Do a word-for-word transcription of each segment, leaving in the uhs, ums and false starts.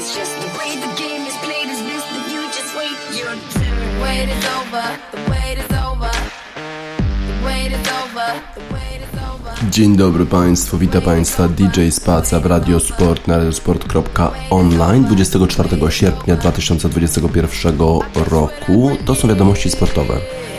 It's just the way the game is played is best that you just wait your turn. The wait is over, the wait is over. The wait is over, the wait is over. Dzień dobry Państwu, witam Państwa D J Spaca w Radiosport na radiosport kropka online dwudziestego czwartego sierpnia dwa tysiące dwudziestego pierwszego roku. To są wiadomości sportowe.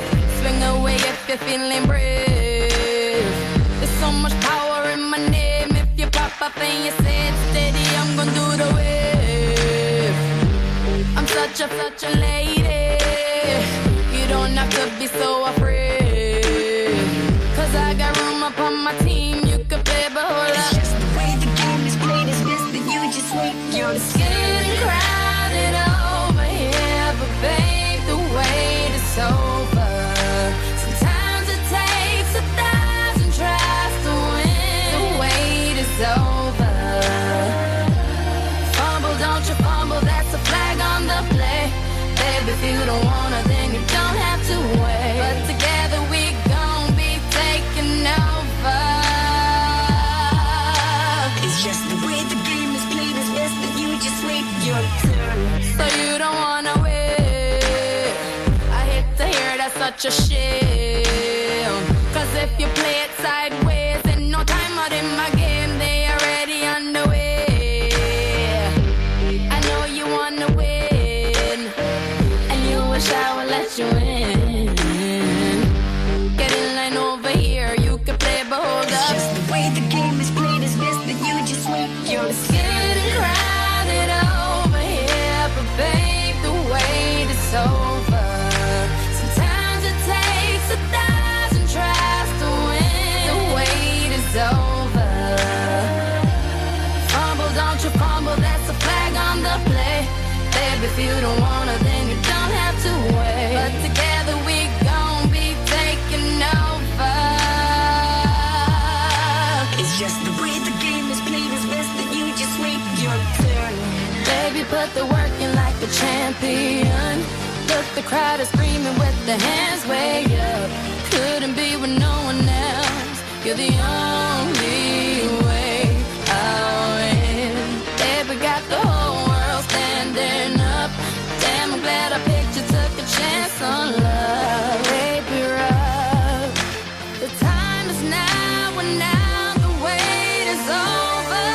Such a lady, you don't have to be so afraid, cause I got room up on my team, you could play but hold up. It's just the way the game is played is best that you just wait your turn. It's getting crowded over here, but babe, the wait is over. Sometimes it takes a thousand tries to win, the wait is over. Fumble, don't you fumble, that's a flag on the play. If you don't wanna, then you don't have to wait. But together we gon' be taking over. It's just the way the game is played is best that you just wait your turn. So you don't wanna wait. I hate to hear that's such a shame, cause if you play it sideways, then no time out in my game, they already underway. I know you wanna win, wish I would let you in. Get in line over here, you can play but hold up. It's just the way the game is played is best that you just wait your turn. It's getting crowded over here, but babe, the wait is over. Sometimes it takes a thousand tries to win, the wait is over. Fumble, don't you fumble, that's a flag on the play. Baby, if you don't wanna, then you don't have to wait. But together we gon' be taking over. It's just the way the game is played is best that you just wait your turn. Baby, put the work in like a champion. Look, the crowd is screaming with their hands way up. Couldn't be with no one else. You're the only way I'll win. Baby, got the whole world standing up. Damn, I'm glad I picked you, took a chance on love. Baby, rough. The time is now, and now the wait is over.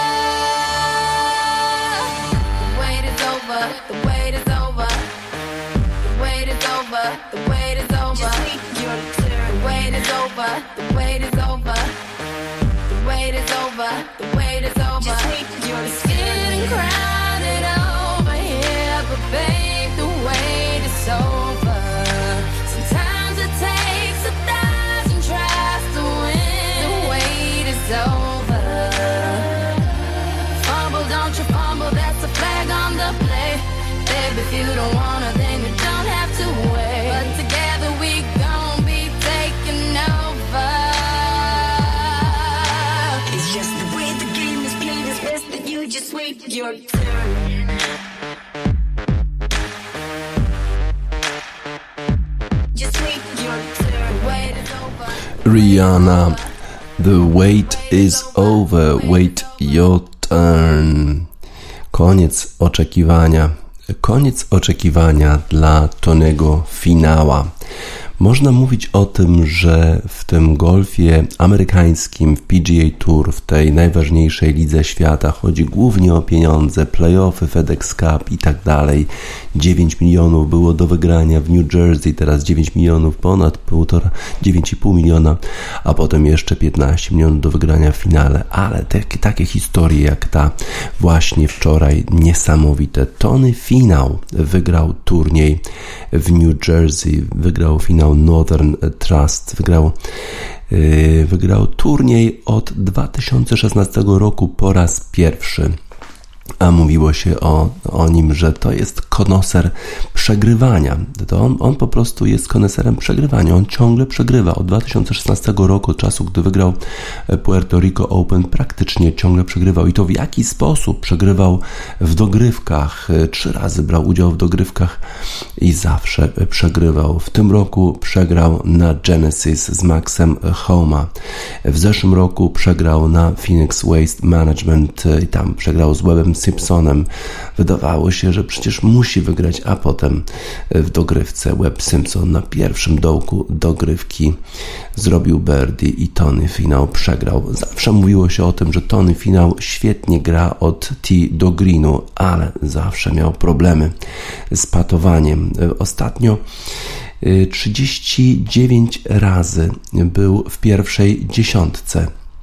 The wait is over, the wait is over. The wait is over, the wait is over. Just wait your turn. The wait is over, the wait is over. The wait is over, the wait is over. Just wait your turn. It's getting crowded over here, but babe, the wait is over. Sometimes it takes a thousand tries to win, the wait is over. Fumble, don't you fumble, that's a flag on the play. Baby, if you don't wanna, then you don't have to wait. But together we gon' be taking over. It's just the way the game is played is best that you just wait your turn. Rihanna, the wait is over, wait your turn. Koniec oczekiwania, koniec oczekiwania dla Tonego Finała. Można mówić o tym, że w tym golfie amerykańskim, w P G A Tour, w tej najważniejszej lidze świata chodzi głównie o pieniądze, playoffy, FedEx Cup i tak dalej. dziewięć milionów było do wygrania w New Jersey, teraz dziewięć milionów, ponad półtora, dziewięć i pół miliona, a potem jeszcze piętnaście milionów do wygrania w finale. Ale te, takie historie jak ta właśnie wczoraj, niesamowite. Tony Finał wygrał turniej w New Jersey, wygrał finał Northern Trust, wygrał, yy, wygrał turniej od dwa tysiące szesnastego roku po raz pierwszy. A mówiło się o, o nim, że to jest koneser przegrywania. To on, on po prostu jest koneserem przegrywania. On ciągle przegrywa. Od dwa tysiące szesnastego roku, od czasu, gdy wygrał Puerto Rico Open, praktycznie ciągle przegrywał. I to w jaki sposób przegrywał w dogrywkach. Trzy razy brał udział w dogrywkach i zawsze przegrywał. W tym roku przegrał na Genesis z Maxem Homa. W zeszłym roku przegrał na Phoenix Waste Management i tam przegrał z Webem Simpsonem. Wydawało się, że przecież musi wygrać, a potem w dogrywce Webb Simpson na pierwszym dołku dogrywki zrobił birdie i Tony Finau przegrał. Zawsze mówiło się o tym, że Tony Finau świetnie gra od tee do greenu, ale zawsze miał problemy z patowaniem. Ostatnio trzydzieści dziewięć razy był w pierwszej dziesiątce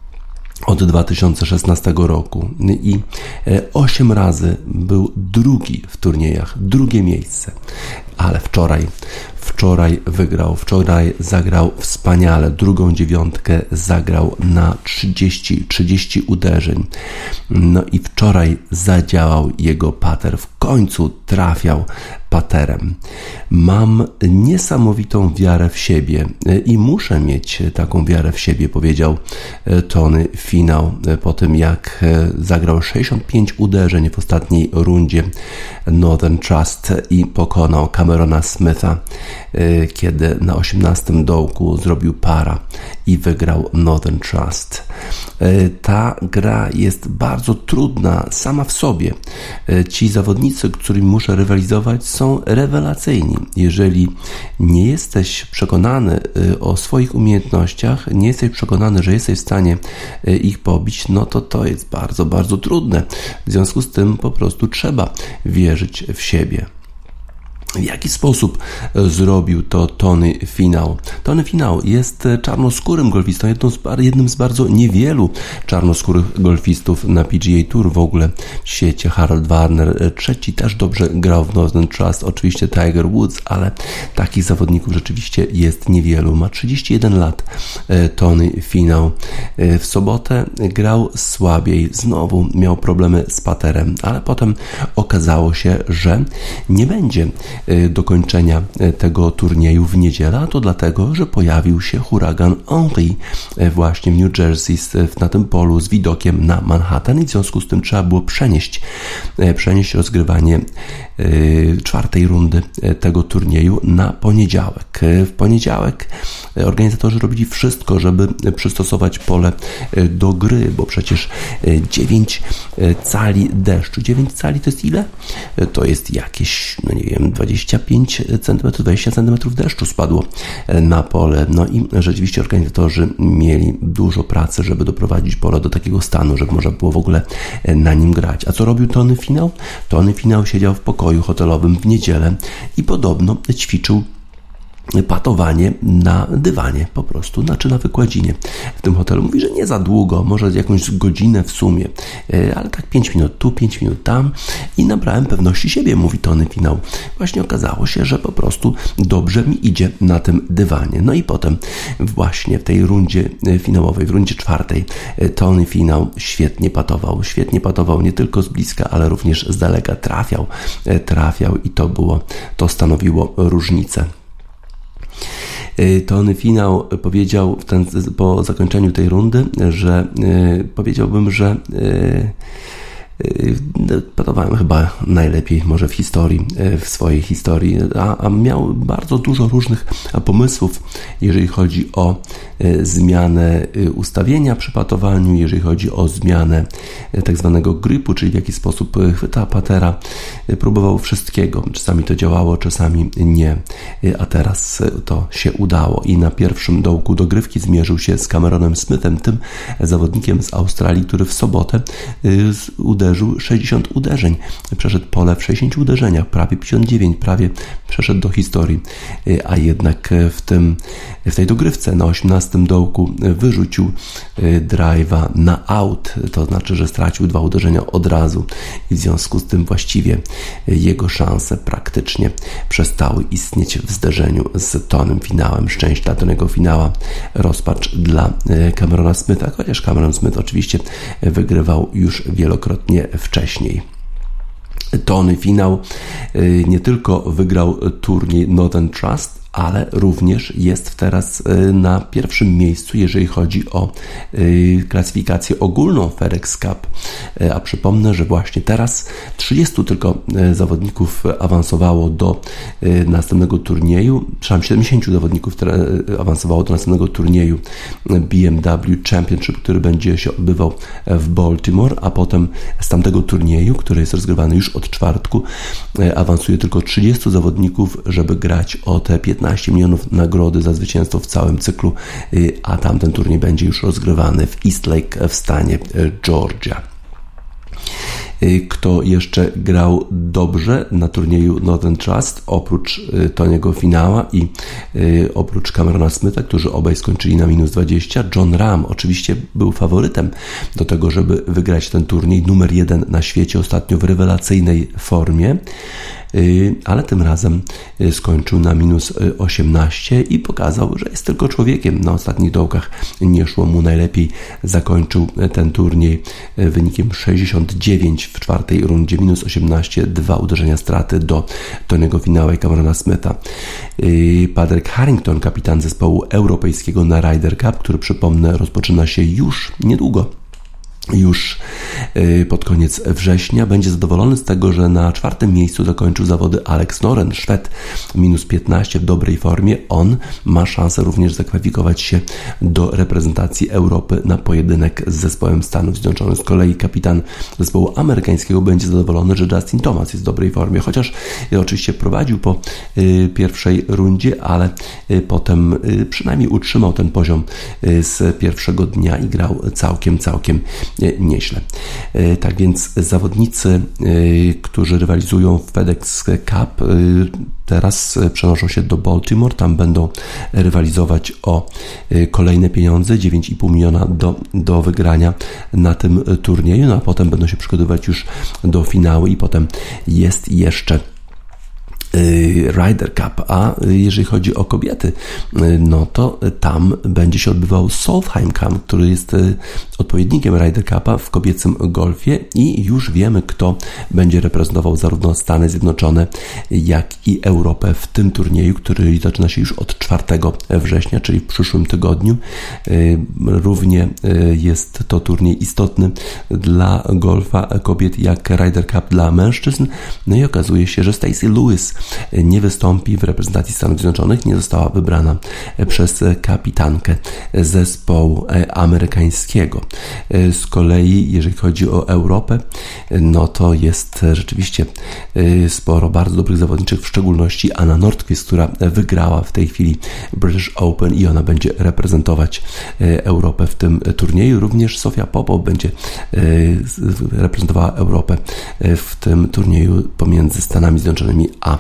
od dwa tysiące szesnastego roku i osiem razy był drugi w turniejach, drugie miejsce, ale wczoraj Wczoraj wygrał, wczoraj zagrał wspaniale, drugą dziewiątkę zagrał na trzydzieści, trzydzieści uderzeń. No i wczoraj zadziałał jego pater, w końcu trafiał paterem. Mam niesamowitą wiarę w siebie i muszę mieć taką wiarę w siebie, powiedział Tony Finau po tym, jak zagrał sześćdziesiąt pięć uderzeń w ostatniej rundzie Northern Trust i pokonał Camerona Smitha, kiedy na osiemnastym dołku zrobił para i wygrał Northern Trust. Ta gra jest bardzo trudna sama w sobie. Ci zawodnicy, którymi muszę rywalizować, są rewelacyjni. Jeżeli nie jesteś przekonany o swoich umiejętnościach, nie jesteś przekonany, że jesteś w stanie ich pobić, no to to jest bardzo, bardzo trudne. W związku z tym po prostu trzeba wierzyć w siebie. W jaki sposób zrobił to Tony Finau? Tony Finau jest czarnoskórym golfistą, jednym z bardzo niewielu czarnoskórych golfistów na P G A Tour w ogóle w świecie. Harold Varner trzeci też dobrze grał w Northern Trust, oczywiście Tiger Woods, ale takich zawodników rzeczywiście jest niewielu. Ma trzydzieści jeden lat Tony Finau. W sobotę grał słabiej, znowu miał problemy z paterem, ale potem okazało się, że nie będzie dokończenia tego turnieju w niedzielę, a to dlatego, że pojawił się huragan Henri właśnie w New Jersey na tym polu z widokiem na Manhattan i w związku z tym trzeba było przenieść, przenieść rozgrywanie czwartej rundy tego turnieju na poniedziałek. W poniedziałek organizatorzy robili wszystko, żeby przystosować pole do gry, bo przecież dziewięć cali deszczu. dziewięć cali to jest ile? To jest jakieś, no nie wiem, dwadzieścia pięć centymetrów, dwadzieścia centymetrów deszczu spadło na pole. No i rzeczywiście organizatorzy mieli dużo pracy, żeby doprowadzić pole do takiego stanu, żeby można było w ogóle na nim grać. A co robił Tony Finau? Tony Finau siedział w pokoju hotelowym w niedzielę i podobno ćwiczył patowanie na dywanie po prostu, znaczy na wykładzinie w tym hotelu. Mówi, że nie za długo, może jakąś godzinę w sumie, ale tak pięć minut tu, pięć minut tam i nabrałem pewności siebie, mówi Tony Finau. Właśnie okazało się, że po prostu dobrze mi idzie na tym dywanie. No i potem właśnie w tej rundzie finałowej, w rundzie czwartej Tony Finau świetnie patował. Świetnie patował nie tylko z bliska, ale również z daleka. Trafiał, trafiał i to było, to stanowiło różnicę. Tony Finau powiedział w ten, po zakończeniu tej rundy, że yy, powiedziałbym, że yy, patowałem chyba najlepiej może w historii, w swojej historii, a, a miał bardzo dużo różnych pomysłów, jeżeli chodzi o zmianę ustawienia przy patowaniu, jeżeli chodzi o zmianę tak zwanego gripu, czyli w jaki sposób chwyta patera. Próbował wszystkiego. Czasami to działało, czasami nie, a teraz to się udało i na pierwszym dołku dogrywki zmierzył się z Cameronem Smithem, tym zawodnikiem z Australii, który w sobotę uderzył sześćdziesiąt uderzeń. Przeszedł pole w sześćdziesięciu uderzeniach, prawie pięćdziesiąt dziewięć, prawie przeszedł do historii, a jednak w tym, w tej dogrywce na osiemnastym dołku wyrzucił drive'a na out, to znaczy, że stracił dwa uderzenia od razu i w związku z tym właściwie jego szanse praktycznie przestały istnieć w zderzeniu z Tonym Finauem. Szczęść dla Tonego Finaua, rozpacz dla Camerona Smitha, chociaż Cameron Smith oczywiście wygrywał już wielokrotnie wcześniej. Tony Finau nie tylko wygrał turniej Northern Trust, ale również jest teraz na pierwszym miejscu, jeżeli chodzi o klasyfikację ogólną FedEx Cup. A przypomnę, że właśnie teraz trzydziestu tylko zawodników awansowało do następnego turnieju, przepraszam, siedemdziesięciu zawodników awansowało do następnego turnieju B M W Championship, który będzie się odbywał w Baltimore, a potem z tamtego turnieju, który jest rozgrywany już od czwartku, awansuje tylko trzydziestu zawodników, żeby grać o te piętnaście milionów nagrody za zwycięstwo w całym cyklu, a tamten turniej będzie już rozgrywany w Eastlake w stanie Georgia. Kto jeszcze grał dobrze na turnieju Northern Trust, oprócz Tony'ego Finała i oprócz Camerona Smitha, którzy obaj skończyli na minus dwadzieścia, Jon Rahm oczywiście był faworytem do tego, żeby wygrać ten turniej, numer jeden na świecie, ostatnio w rewelacyjnej formie, ale tym razem skończył na minus osiemnaście i pokazał, że jest tylko człowiekiem. Na ostatnich dołkach nie szło mu najlepiej. Zakończył ten turniej wynikiem sześćdziesiąt dziewięć w czwartej rundzie, minus osiemnaście, dwa uderzenia straty do Tony'ego Finała i Camerona Smitha. Padraig Harrington, kapitan zespołu europejskiego na Ryder Cup, który, przypomnę, rozpoczyna się już niedługo, już pod koniec września, będzie zadowolony z tego, że na czwartym miejscu zakończył zawody Alex Noren, Szwed, minus piętnaście w dobrej formie. On ma szansę również zakwalifikować się do reprezentacji Europy na pojedynek z zespołem Stanów Zjednoczonych. Z kolei kapitan zespołu amerykańskiego będzie zadowolony, że Justin Thomas jest w dobrej formie, chociaż oczywiście prowadził po pierwszej rundzie, ale potem przynajmniej utrzymał ten poziom z pierwszego dnia i grał całkiem, całkiem nieźle. Tak więc zawodnicy, którzy rywalizują w FedEx Cup, teraz przenoszą się do Baltimore. Tam będą rywalizować o kolejne pieniądze, dziewięć i pół miliona do, do wygrania na tym turnieju, no a potem będą się przygotowywać już do finału i potem jest jeszcze Ryder Cup. A jeżeli chodzi o kobiety, no to tam będzie się odbywał Solheim Cup, który jest odpowiednikiem Ryder Cupa w kobiecym golfie i już wiemy, kto będzie reprezentował zarówno Stany Zjednoczone, jak i Europę w tym turnieju, który zaczyna się już od czwartego września, czyli w przyszłym tygodniu. Równie jest to turniej istotny dla golfa kobiet jak Ryder Cup dla mężczyzn. No i okazuje się, że Stacey Lewis nie wystąpi w reprezentacji Stanów Zjednoczonych, nie została wybrana przez kapitankę zespołu amerykańskiego. Z kolei, jeżeli chodzi o Europę, no to jest rzeczywiście sporo bardzo dobrych zawodniczek, w szczególności Anna Nordqvist, która wygrała w tej chwili British Open i ona będzie reprezentować Europę w tym turnieju. Również Sofia Popov będzie reprezentowała Europę w tym turnieju pomiędzy Stanami Zjednoczonymi a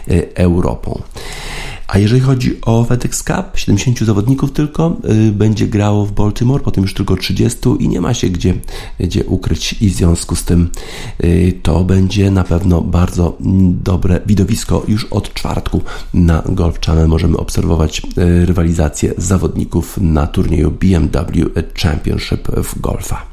Europą. A jeżeli chodzi o FedEx Cup, siedemdziesięciu zawodników tylko y, będzie grało w Baltimore, potem już tylko trzydziestu i nie ma się gdzie, gdzie ukryć i w związku z tym y, to będzie na pewno bardzo dobre widowisko. Już od czwartku na Golf Channel możemy obserwować y, rywalizację zawodników na turnieju B M W Championship w golfa.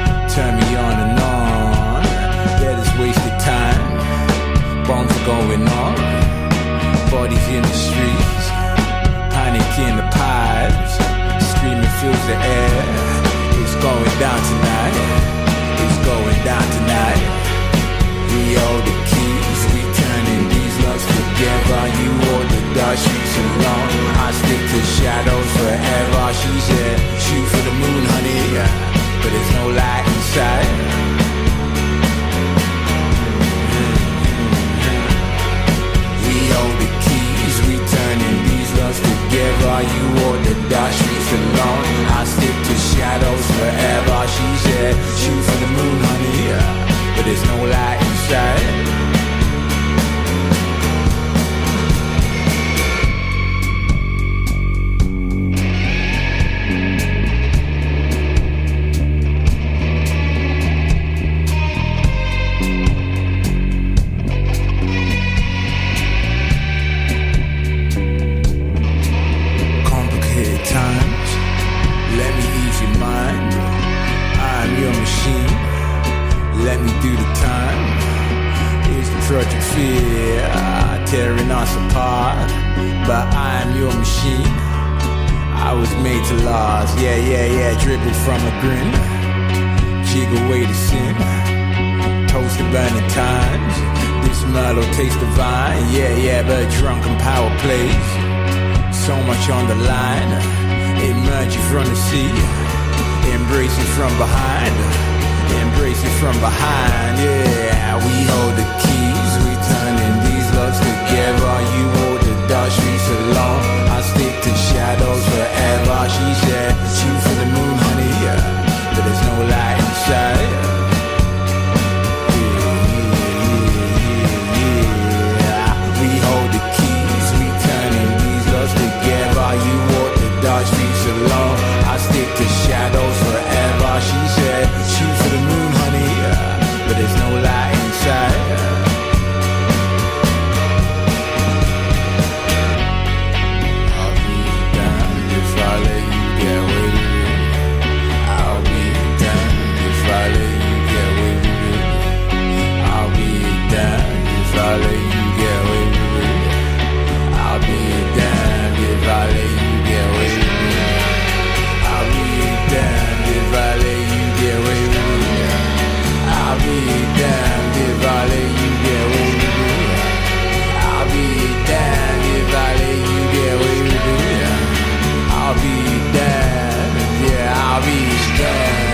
Going on. forties in the streets, panic in the pipes, screaming fills the air. It's going down tonight, it's going down tonight. We hold the keys, we turning these loves together. You hold the dark streets alone, I stick to shadows forever. She said, shoot for the moon, honey, but there's no light inside. We hold the keys, we turning these loves together. You hold the dark streets alone, I stick to shadows forever. She said, shoot for the moon, honey, but there's no light inside. Let me do the time. It's the trudge of fear tearing us apart, but I am your machine. I was made to last. Yeah, yeah, yeah. Dribble from a grin, jig away the sin, toast the burning times. This Merlot tastes divine. Yeah, yeah, but drunken power plays. So much on the line. Emerge from the sea, embrace it from behind. Embrace it from behind, yeah. We hold the keys, we turning these loves together. You hold the dark streets alone, I stick to shadows forever. She said, shoot for the moon, honey, yeah, but there's no light inside. Yeah, yeah, yeah, yeah. We hold the keys, we turning these loves together. You hold the dark streets alone, I stick to shadows forever. She said, shoot for the moon, honey, but there's no light inside. I'll be damned if I let you get away with it. I'll be damned if I let you get away with it. I'll be damned if I let you get away with it. I'll be damned if I let you get away with it. I'll be damned if I let you get away with it. I'll be damned if I let you get away with it. I'll be damned if I let you get away with it. I'll be damned, yeah, I'll be damned.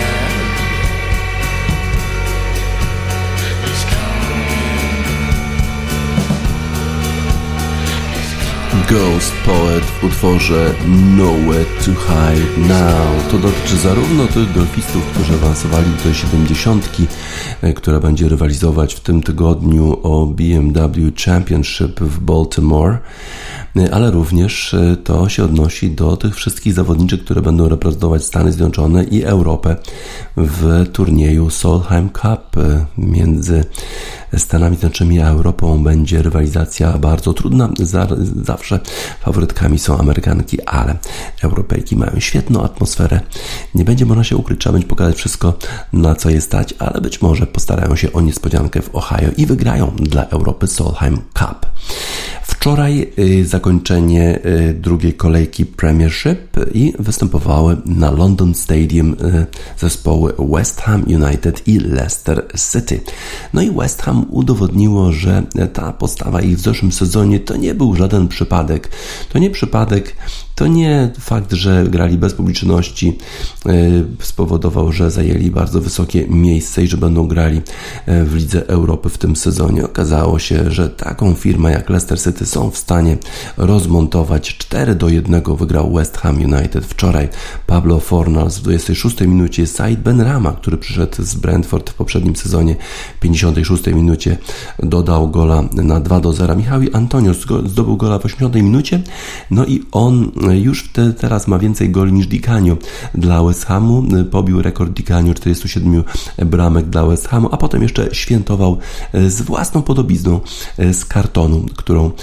Ghost Poet w utworze Nowhere to Hide Now. To dotyczy zarówno tych golfistów, którzy awansowali do siedemdziesiątki, która będzie rywalizować w tym tygodniu o B M W Championship w Baltimore, ale również to się odnosi do tych wszystkich zawodniczek, które będą reprezentować Stany Zjednoczone i Europę w turnieju Solheim Cup. Między Stanami Zjednoczonymi a Europą będzie rywalizacja bardzo trudna. Zawsze faworytkami są Amerykanki, ale Europejki mają świetną atmosferę. Nie będzie można się ukryć, trzeba będzie pokazać wszystko, na co je stać, ale być może postarają się o niespodziankę w Ohio i wygrają dla Europy Solheim Cup. Wczoraj y, zakończenie y, drugiej kolejki Premiership i występowały na London Stadium y, zespoły West Ham United i Leicester City. No i West Ham udowodniło, że ta postawa ich w zeszłym sezonie to nie był żaden przypadek. To nie przypadek, to nie fakt, że grali bez publiczności y, spowodował, że zajęli bardzo wysokie miejsce i że będą grali y, w Lidze Europy w tym sezonie. Okazało się, że taką firmę jak Leicester City są w stanie rozmontować. cztery do jednego wygrał West Ham United. Wczoraj Pablo Fornals w dwudziestej szóstej minucie, Said Benrahma, który przyszedł z Brentford w poprzednim sezonie, w pięćdziesiątej szóstej minucie dodał gola na dwa do zera. Michał Antonio zdobył gola w osiemdziesiątej minucie, no i on już te, teraz ma więcej goli niż Di Canio dla West Hamu. Pobił rekord Di Canio czterdziestu siedmiu bramek dla West Hamu, a potem jeszcze świętował z własną podobizną z kartonu, którą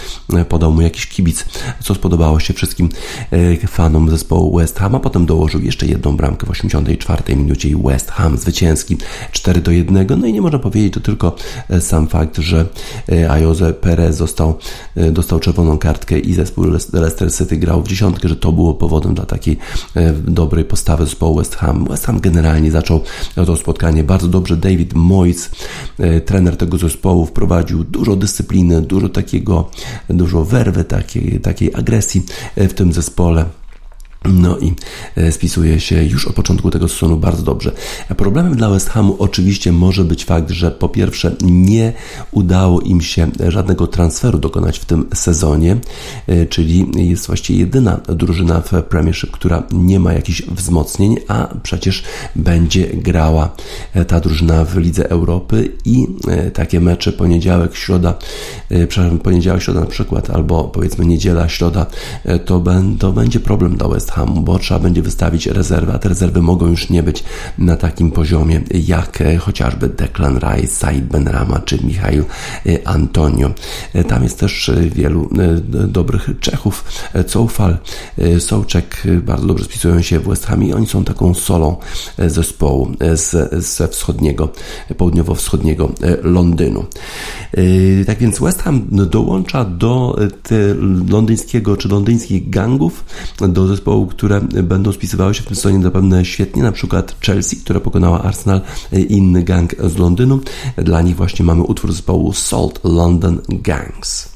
podał mu jakiś kibic, co spodobało się wszystkim fanom zespołu West Ham, a potem dołożył jeszcze jedną bramkę w osiemdziesiątej czwartej minucie i West Ham zwycięski cztery do jednego. No i nie można powiedzieć, to tylko sam fakt, że Ayoze Perez został, dostał czerwoną kartkę i zespół Leicester City grał w dziesiątkę, że to było powodem dla takiej dobrej postawy zespołu West Ham. West Ham generalnie zaczął to spotkanie bardzo dobrze. David Moyes, trener tego zespołu, wprowadził dużo dyscypliny, dużo takiego, dużo werwy, takiej, takiej agresji w tym zespole. No i spisuje się już od początku tego sezonu bardzo dobrze. Problemem dla West Hamu oczywiście może być fakt, że po pierwsze nie udało im się żadnego transferu dokonać w tym sezonie, czyli jest właściwie jedyna drużyna w Premiership, która nie ma jakichś wzmocnień, a przecież będzie grała ta drużyna w Lidze Europy i takie mecze poniedziałek, środa, przepraszam, poniedziałek, środa na przykład, albo powiedzmy niedziela, środa, to, ben, to będzie problem dla West Hamu, bo trzeba będzie wystawić rezerwę, a te rezerwy mogą już nie być na takim poziomie jak chociażby Declan Rice, Said Benrahma czy Michail Antonio. Tam jest też wielu dobrych Czechów. Coufal, Souček bardzo dobrze spisują się w West Hamie i oni są taką solą zespołu z, ze wschodniego, południowo-wschodniego Londynu. Tak więc West Ham dołącza do londyńskiego czy londyńskich gangów, do zespołu, które będą spisywały się w tym sezonie zapewne świetnie, na przykład Chelsea, która pokonała Arsenal, inny gang z Londynu. Dla nich właśnie mamy utwór zespołu Salt London Gangs.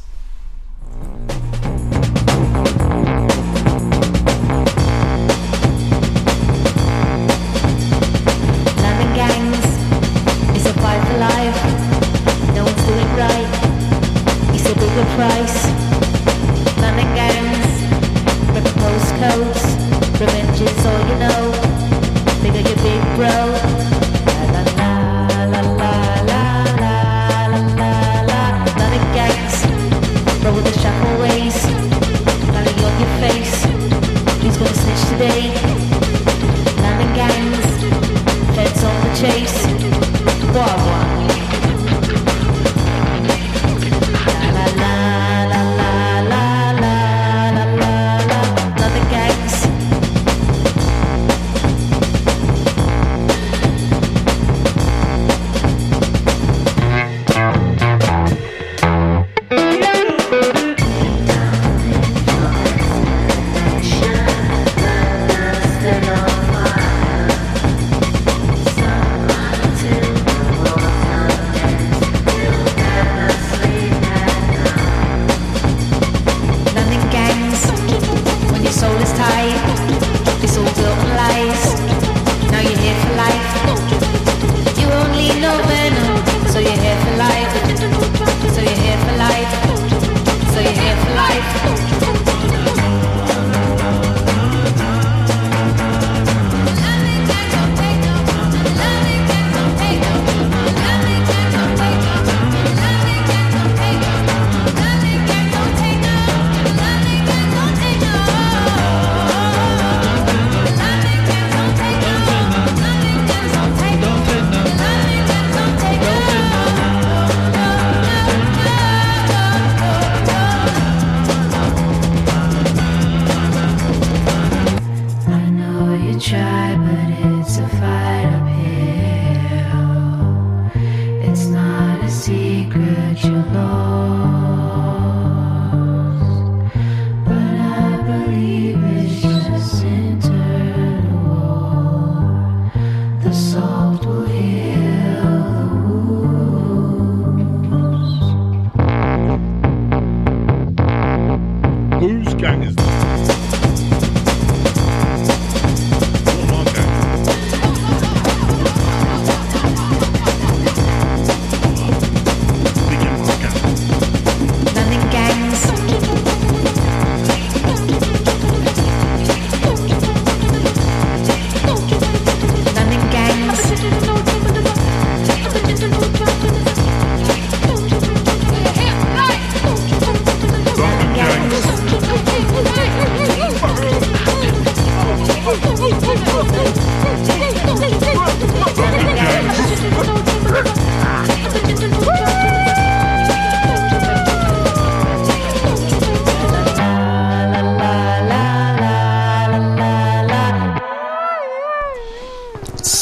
Revenge is all you know. Figure your big bro. La la la la la la la la la. None of gangs. Roll with the shackle ways. Valley on your face. Who's gonna snitch today? None of gangs. Feds on the chase. What one? La la la la la la la la la. None of gangs. Thank you.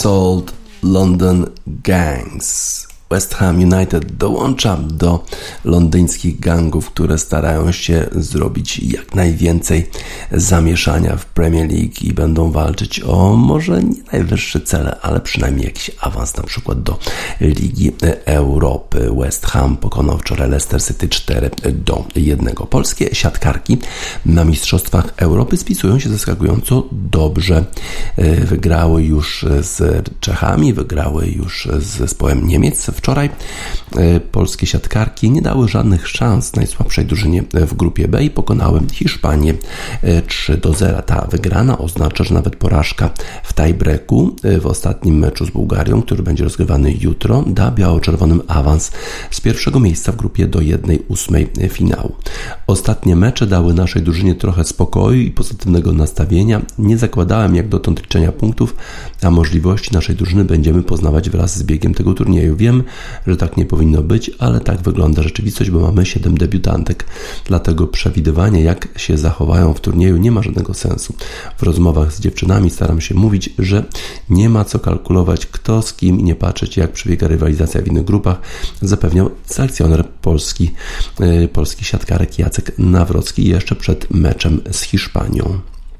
Sold London Gangs. West Ham United dołącza do londyńskich gangów, które starają się zrobić jak najwięcej zamieszania w Premier League i będą walczyć o może nie najwyższe cele, ale przynajmniej jakiś awans na przykład do Ligi Europy. West Ham pokonał wczoraj Leicester City cztery do jednego. Polskie siatkarki na Mistrzostwach Europy spisują się zaskakująco dobrze. Wygrały już z Czechami, wygrały już z zespołem Niemiec. Wczoraj polskie siatkarki nie dały żadnych szans najsłabszej drużynie w grupie B i pokonały Hiszpanię trzy do zera. Ta wygrana oznacza, że nawet porażka w tiebreaku w ostatnim meczu z Bułgarią, który będzie rozgrywany jutro, da biało-czerwonym awans z pierwszego miejsca w grupie do jednej ósmej finału. Ostatnie mecze dały naszej drużynie trochę spokoju i pozytywnego nastawienia. Nie zakładałem jak dotąd liczenia punktów, a możliwości naszej drużyny będziemy poznawać wraz z biegiem tego turnieju. Wiem, że tak nie powinno być, ale tak wygląda rzeczywistość, bo mamy siedem debiutantek. Dlatego przewidywanie, jak się zachowają w turnieju, nie ma żadnego sensu. W rozmowach z dziewczynami staram się mówić, że nie ma co kalkulować kto z kim i nie patrzeć, jak przebiega rywalizacja w innych grupach, zapewniał selekcjoner Polski, yy, polski siatkarek Jacek Nawrocki jeszcze przed meczem z Hiszpanią.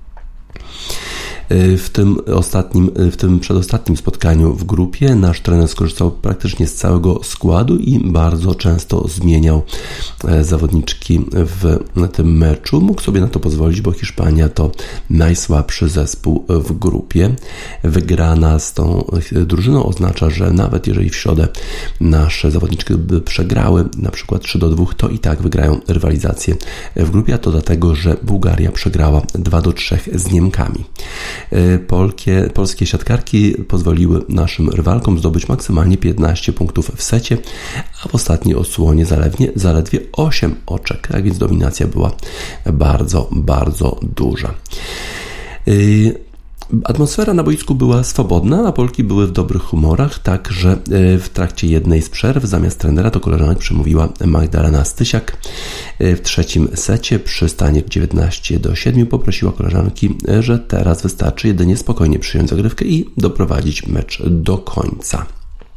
W tym ostatnim, w tym przedostatnim spotkaniu w grupie nasz trener skorzystał praktycznie z całego składu i bardzo często zmieniał zawodniczki w tym meczu. Mógł sobie na to pozwolić, bo Hiszpania to najsłabszy zespół w grupie. Wygrana z tą drużyną oznacza, że nawet jeżeli w środę nasze zawodniczki by przegrały na przykład trzy do dwóch, to i tak wygrają rywalizację w grupie, a to dlatego, że Bułgaria przegrała dwa do trzech z Niemkami. Polskie, polskie siatkarki pozwoliły naszym rywalkom zdobyć maksymalnie piętnaście punktów w secie, a w ostatniej odsłonie zaledwie, zaledwie osiem oczek, tak więc dominacja była bardzo, bardzo duża. Atmosfera na boisku była swobodna, a Polki były w dobrych humorach, tak że w trakcie jednej z przerw zamiast trenera do koleżanek przemówiła Magdalena Stysiak. W trzecim secie przy stanie dziewiętnaście do siedmiu poprosiła koleżanki, że teraz wystarczy jedynie spokojnie przyjąć zagrywkę i doprowadzić mecz do końca.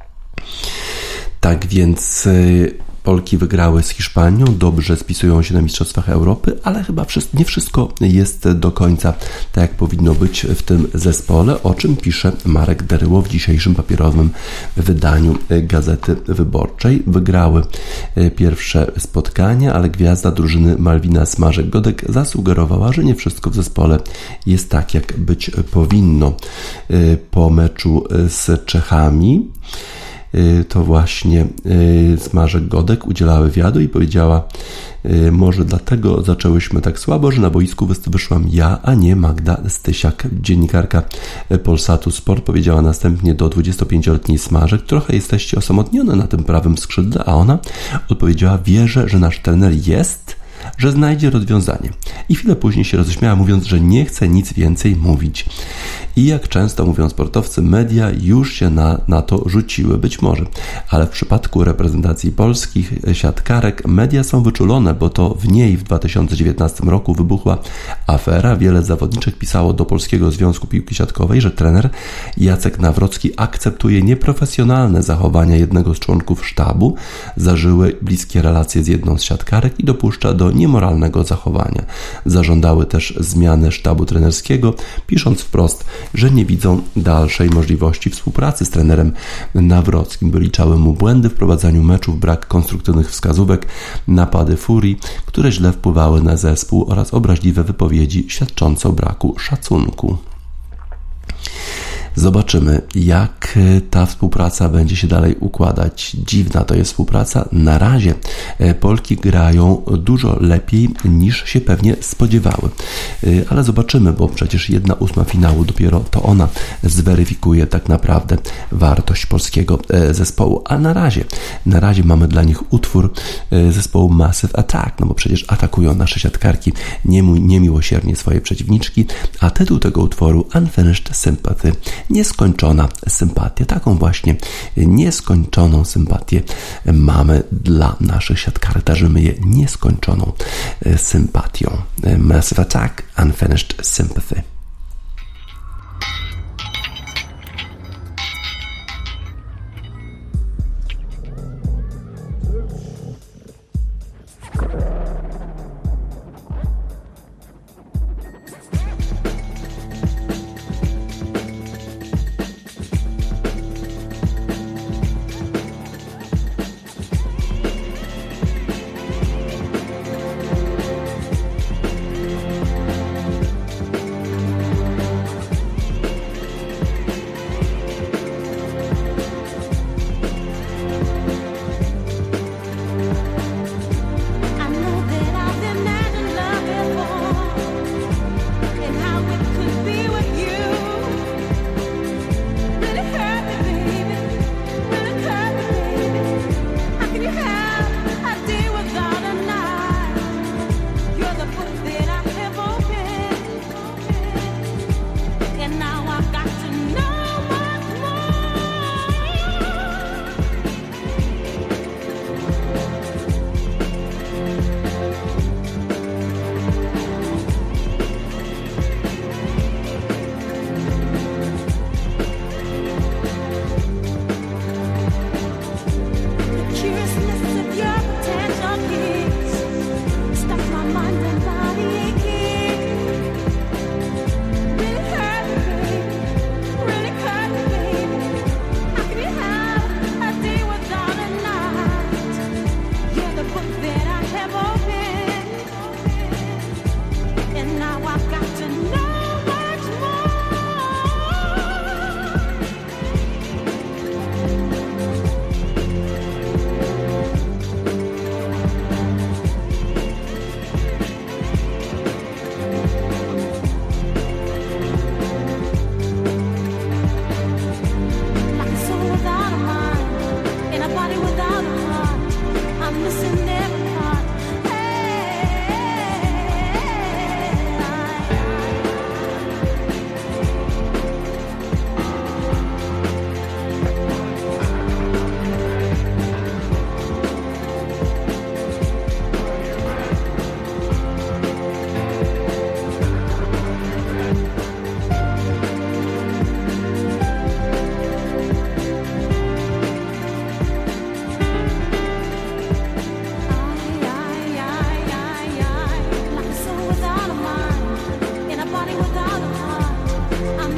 Tak więc Polki wygrały z Hiszpanią, dobrze spisują się na Mistrzostwach Europy, ale chyba nie wszystko jest do końca tak, jak powinno być w tym zespole, o czym pisze Marek Deryło w dzisiejszym papierowym wydaniu Gazety Wyborczej. Wygrały pierwsze spotkania, ale gwiazda drużyny Malwina Smażek-Godek zasugerowała, że nie wszystko w zespole jest tak, jak być powinno. Po meczu z Czechami to właśnie Smażek-Godek udzielała wywiadu i powiedziała: może dlatego zaczęłyśmy tak słabo, że na boisku wyszłam ja, a nie Magda Stysiak. Dziennikarka Polsatu Sport powiedziała następnie do dwudziestopięcioletniej Smażek: trochę jesteście osamotnione na tym prawym skrzydle, a ona odpowiedziała: wierzę, że nasz trener jest, że znajdzie rozwiązanie. I chwilę później się roześmiała, mówiąc, że nie chce nic więcej mówić. I jak często mówią sportowcy, media już się na, na to rzuciły, być może. Ale w przypadku reprezentacji polskich siatkarek media są wyczulone, bo to w niej w dwa tysiące dziewiętnastym roku wybuchła afera. Wiele zawodniczek pisało do Polskiego Związku Piłki Siatkowej, że trener Jacek Nawrocki akceptuje nieprofesjonalne zachowania jednego z członków sztabu, zażyły bliskie relacje z jedną z siatkarek i dopuszcza do niemoralnego zachowania. Zażądały też zmiany sztabu trenerskiego, pisząc wprost, że nie widzą dalszej możliwości współpracy z trenerem Nawrockim. Wyliczały mu błędy w prowadzeniu meczów, brak konstruktywnych wskazówek, napady furii, które źle wpływały na zespół oraz obraźliwe wypowiedzi świadczące o braku szacunku. Zobaczymy, jak ta współpraca będzie się dalej układać. Dziwna to jest współpraca. Na razie Polki grają dużo lepiej niż się pewnie spodziewały. Ale zobaczymy, bo przecież jedna ósma finału dopiero to ona zweryfikuje tak naprawdę wartość polskiego zespołu. A na razie, na razie mamy dla nich utwór zespołu Massive Attack, no bo przecież atakują nasze siatkarki niemiłosiernie swoje przeciwniczki, a tytuł tego utworu Unfinished Sympathy. Nieskończona sympatia. Taką właśnie nieskończoną sympatię mamy dla naszych siatkarek. Darzymy je nieskończoną sympatią. Massive Attack, Unfinished Sympathy.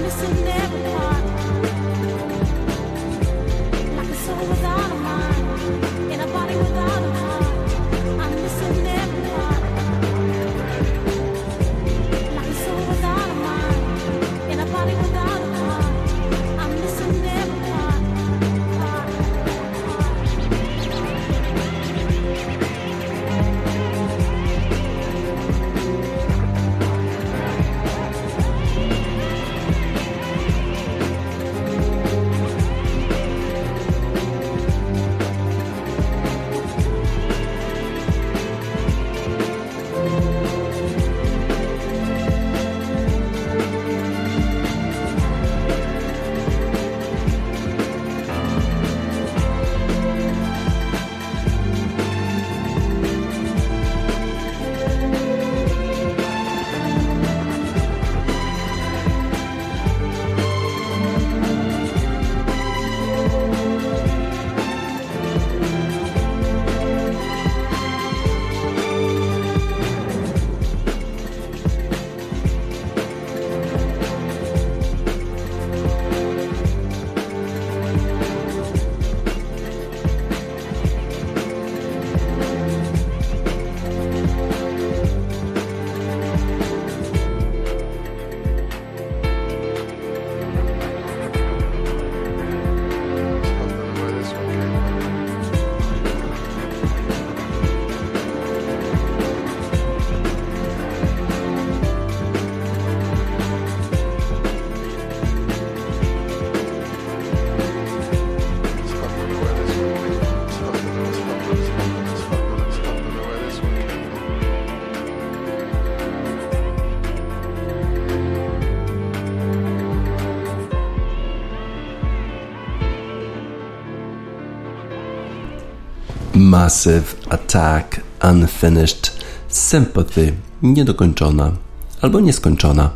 Massive Attack, Unfinished Sympathy, niedokończona albo nieskończona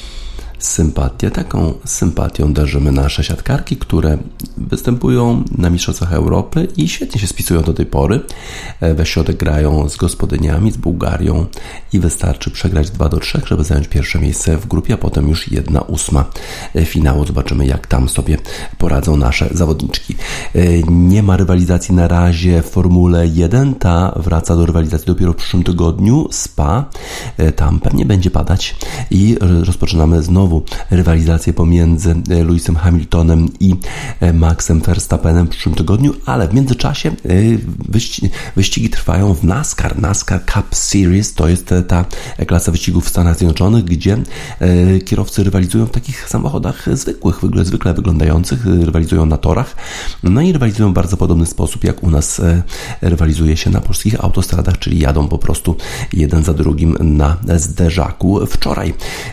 sympatia. Taką sympatią darzymy nasze siatkarki, które występują na Mistrzostwach Europy i świetnie się spisują do tej pory. We środek grają z gospodyniami, z Bułgarią i wystarczy przegrać dwa do trzech, żeby zająć pierwsze miejsce w grupie, a potem już jedna ósma finału. Zobaczymy, jak tam sobie poradzą nasze zawodniczki. Nie ma rywalizacji na razie w Formule jeden, ta wraca do rywalizacji dopiero w przyszłym tygodniu. Spa, tam pewnie będzie padać i rozpoczynamy znowu rywalizację pomiędzy Lewisem Hamiltonem i Maxem Verstappenem w przyszłym tygodniu, ale w międzyczasie wyści- wyścigi trwają w NASCAR. NASCAR Cup Series to jest ta klasa wyścigów w Stanach Zjednoczonych, gdzie kierowcy rywalizują w takich samochodach zwykłych, zwykle wyglądających, rywalizują na torach, no i rywalizują w bardzo podobny sposób, jak u nas rywalizuje się na polskich autostradach, czyli jadą po prostu jeden za drugim na zderzaku. Wczoraj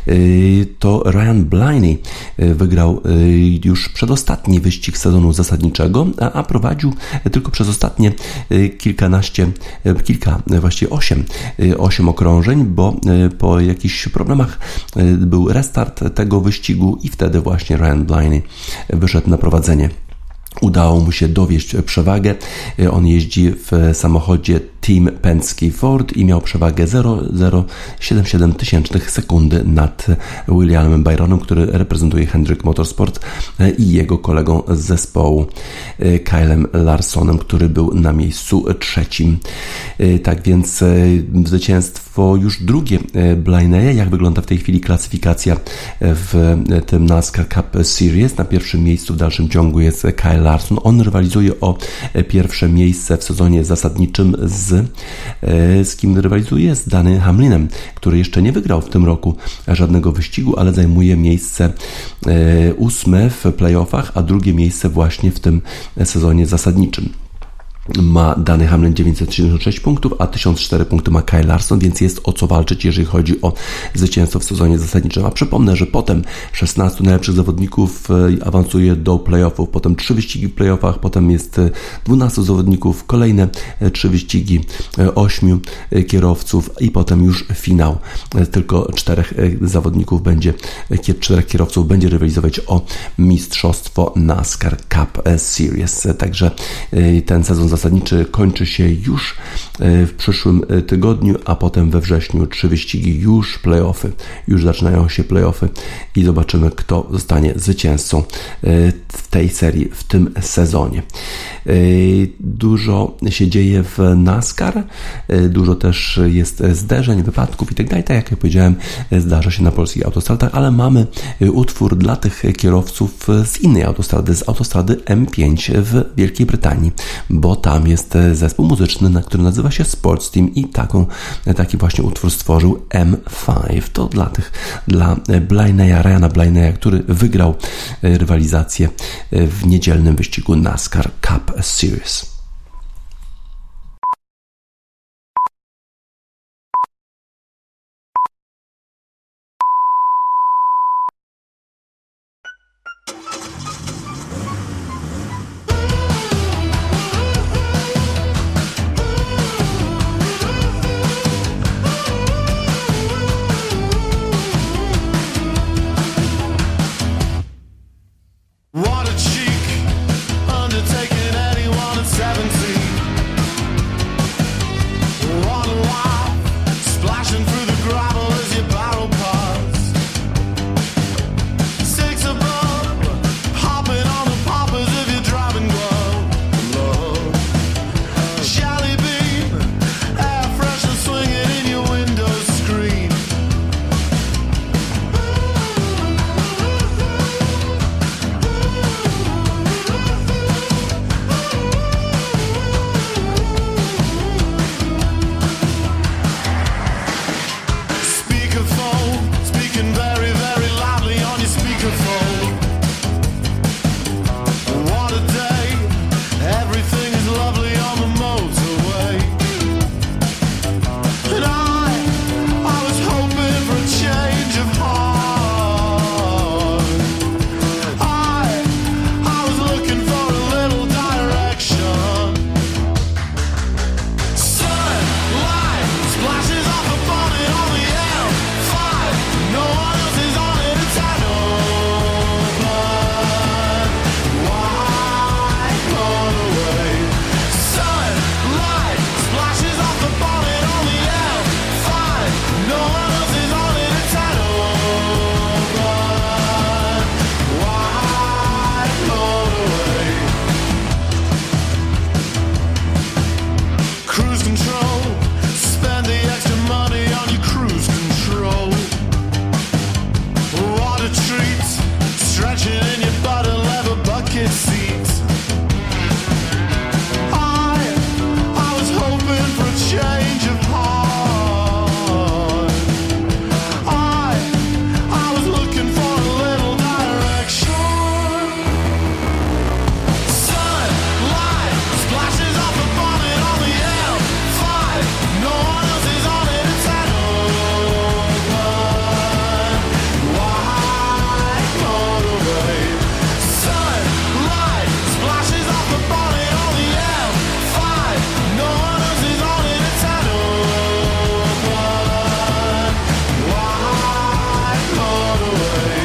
to Ryan Blaney wygrał już przedostatni wyścig sezonu zasadniczego, a prowadził tylko przez ostatnie kilkanaście, kilka, właściwie osiem, osiem okrążeń, bo po jakichś problemach był restart tego wyścigu i wtedy właśnie Ryan Blaney wyszedł na prowadzenie. Udało mu się dowieść przewagę. On jeździ w samochodzie Team Penske Ford i miał przewagę zero przecinek zero siedemdziesiąt siedem tysięcznych sekundy nad Williamem Byronem, który reprezentuje Hendrick Motorsport, i jego kolegą z zespołu Kylem Larsonem, który był na miejscu trzecim. Tak więc zwycięstwo już drugie Blaney'a. Jak wygląda w tej chwili klasyfikacja w tym NASCAR Cup Series? Na pierwszym miejscu w dalszym ciągu jest Kyle Larson. On rywalizuje o pierwsze miejsce w sezonie zasadniczym z z kim rywalizuje? Z Danny Hamlinem, który jeszcze nie wygrał w tym roku żadnego wyścigu, ale zajmuje miejsce ósme w playoffach, a drugie miejsce właśnie w tym sezonie zasadniczym. Ma Danny Hamlin dziewięćset siedemdziesiąt sześć punktów, a tysiąc cztery punkty ma Kyle Larson, więc jest o co walczyć, jeżeli chodzi o zwycięstwo w sezonie zasadniczym. A przypomnę, że potem szesnastu najlepszych zawodników awansuje do playoffów, potem trzy wyścigi w playoffach, potem jest dwunastu zawodników, kolejne trzy wyścigi, ośmiu kierowców i potem już finał. Tylko czterech zawodników będzie, czterech kierowców będzie rywalizować o mistrzostwo NASCAR Cup Series. Także ten sezon zasadniczy kończy się już w przyszłym tygodniu, a potem we wrześniu trzy wyścigi, już play-offy, już zaczynają się play-offy i zobaczymy, kto zostanie zwycięzcą w tej serii, w tym sezonie. Dużo się dzieje w NASCAR, dużo też jest zderzeń, wypadków i tak dalej. Tak jak ja powiedziałem, zdarza się na polskich autostradach, ale mamy utwór dla tych kierowców z innej autostrady, z autostrady M pięć w Wielkiej Brytanii, bo tam jest zespół muzyczny, który nazywa się Sports Team i taką, taki właśnie utwór stworzył M pięć. To dla tych, dla Blaney'a, Ryana Blaney'a, który wygrał rywalizację w niedzielnym wyścigu NASCAR Cup Series. What a cheek undertaking anyone at seventeen. What a laugh splashing through the gravel as your barrel pass. Six above, hopping on the poppers of your driving glove. Jelly bean, air freshener swinging in your window screen. Speakerphone, speaking very, very loudly on your speakerphone. What a day, everything is lovely on the motorway. And I, I was hoping for a change of heart. I, I was looking for a little direction. Sunlight splashes off the bonnet on the M five. No one else is on it, it's an open wide motorway. Sunlight splashes off the bonnet on the M five. No one else is on it, it's an open wide motorway. Cruise control, spend the extra money on your cruise control. What a treat, stretching in your butter leather bucket seat. I, I was hoping for a change of heart. I, I was looking for a little direction. Sunlight splashes off the bonnet on the M five. No one else is on it, it's an open wide motorway. Sunlight splashes off the bonnet on the M five. No one else is on it, it's an open wide motorway.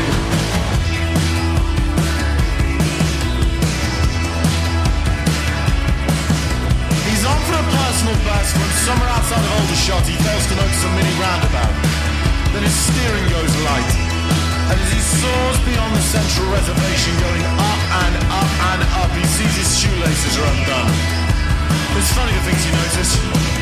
He's on for a personal best when somewhere outside of Aldershot he fails to notice a mini roundabout. Then his steering goes light, and as he soars beyond the central reservation, going up and up and up, he sees his shoelaces are undone. It's funny the things you notice.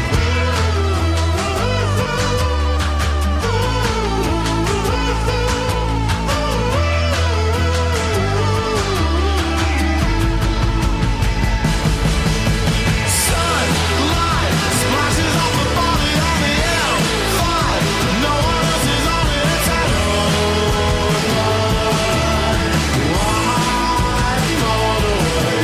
Sunlight splashes off the bonnet on the M five. No one else is on it, it's an open wide motorway.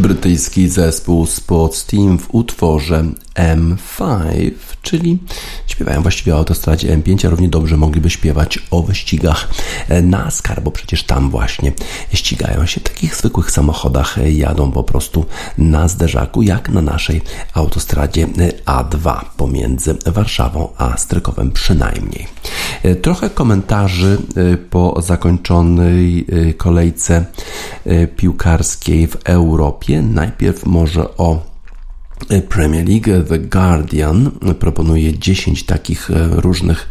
Brytyjski zespół Sports Team w utworze M pięć, czyli śpiewają właściwie o autostradzie M pięć, a równie dobrze mogliby śpiewać o wyścigach NASCAR, bo przecież tam właśnie ścigają się w takich zwykłych samochodach, jadą po prostu na zderzaku, jak na naszej autostradzie A dwa pomiędzy Warszawą a Strykowem przynajmniej. Trochę komentarzy po zakończonej kolejce piłkarskiej w Europie. Najpierw może o Premier League. The Guardian proponuje dziesięć takich różnych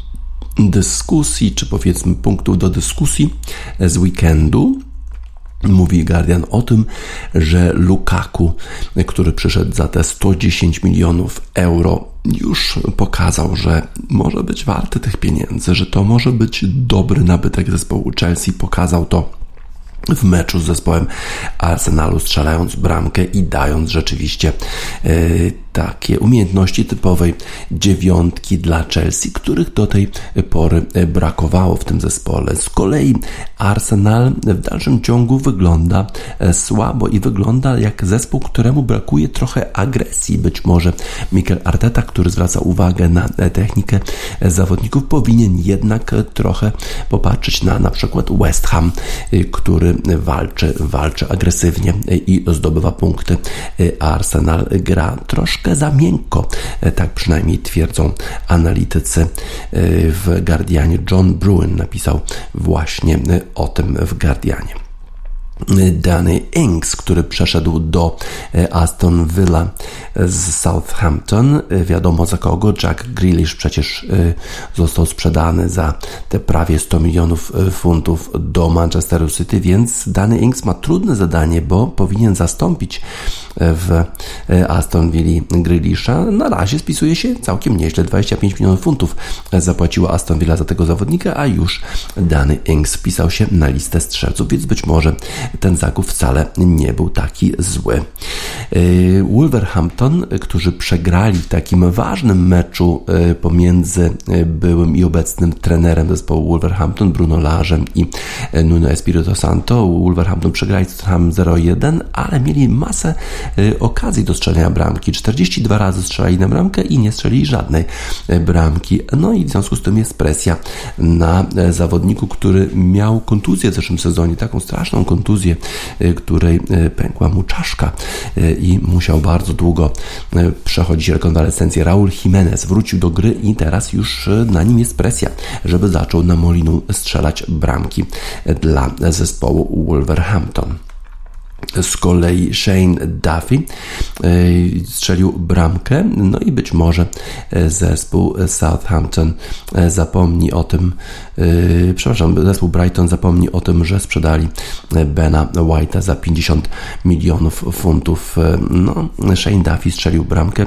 dyskusji, czy powiedzmy punktów do dyskusji z weekendu. Mówi Guardian o tym, że Lukaku, który przyszedł za te sto dziesięć milionów euro, już pokazał, że może być warty tych pieniędzy, że to może być dobry nabytek zespołu Chelsea. Pokazał to w meczu z zespołem Arsenalu, strzelając bramkę i dając rzeczywiście yy, takie umiejętności typowej dziewiątki dla Chelsea, których do tej pory brakowało w tym zespole. Z kolei Arsenal w dalszym ciągu wygląda słabo i wygląda jak zespół, któremu brakuje trochę agresji. Być może Mikel Arteta, który zwraca uwagę na technikę zawodników, powinien jednak trochę popatrzeć na na przykład West Ham, który walczy, walczy agresywnie i zdobywa punkty. Arsenal gra troszkę za miękko, tak przynajmniej twierdzą analitycy w Guardianie. John Brewin napisał właśnie o tym w Guardianie. Danny Ings, który przeszedł do Aston Villa z Southampton. Wiadomo za kogo. Jack Grealish przecież został sprzedany za te prawie sto milionów funtów do Manchesteru City, więc Danny Ings ma trudne zadanie, bo powinien zastąpić w Aston Villa Grealisha. Na razie spisuje się całkiem nieźle. dwadzieścia pięć milionów funtów zapłaciła Aston Villa za tego zawodnika, a już Danny Ings wpisał się na listę strzelców, więc być może ten zakup wcale nie był taki zły. Wolverhampton, którzy przegrali w takim ważnym meczu pomiędzy byłym i obecnym trenerem zespołu Wolverhampton, Bruno Lage'em i Nuno Espirito Santo. Wolverhampton przegrali z Tottenham zero jeden, ale mieli masę okazji do strzelania bramki. czterdzieści dwa razy strzelali na bramkę i nie strzelili żadnej bramki. No i w związku z tym jest presja na zawodniku, który miał kontuzję w zeszłym sezonie, taką straszną kontuzję, której pękła mu czaszka i musiał bardzo długo przechodzić rekonwalescencję. Raúl Jiménez wrócił do gry i teraz już na nim jest presja, żeby zaczął na Molinu strzelać bramki dla zespołu Wolverhampton. Z kolei Shane Duffy strzelił bramkę, no i być może zespół Southampton zapomni o tym, przepraszam, zespół Brighton zapomni o tym, że sprzedali Bena White'a za pięćdziesiąt milionów funtów. No, Shane Duffy strzelił bramkę,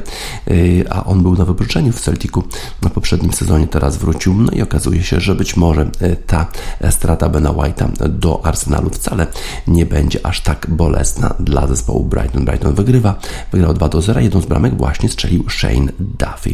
a on był na wypożyczeniu w Celticu na poprzednim sezonie, teraz wrócił, no i okazuje się, że być może ta strata Bena White'a do Arsenalu wcale nie będzie aż tak bolesna dla zespołu Brighton. Brighton wygrywa, wygrał dwa do zera, jedną z bramek właśnie strzelił Shane Duffy.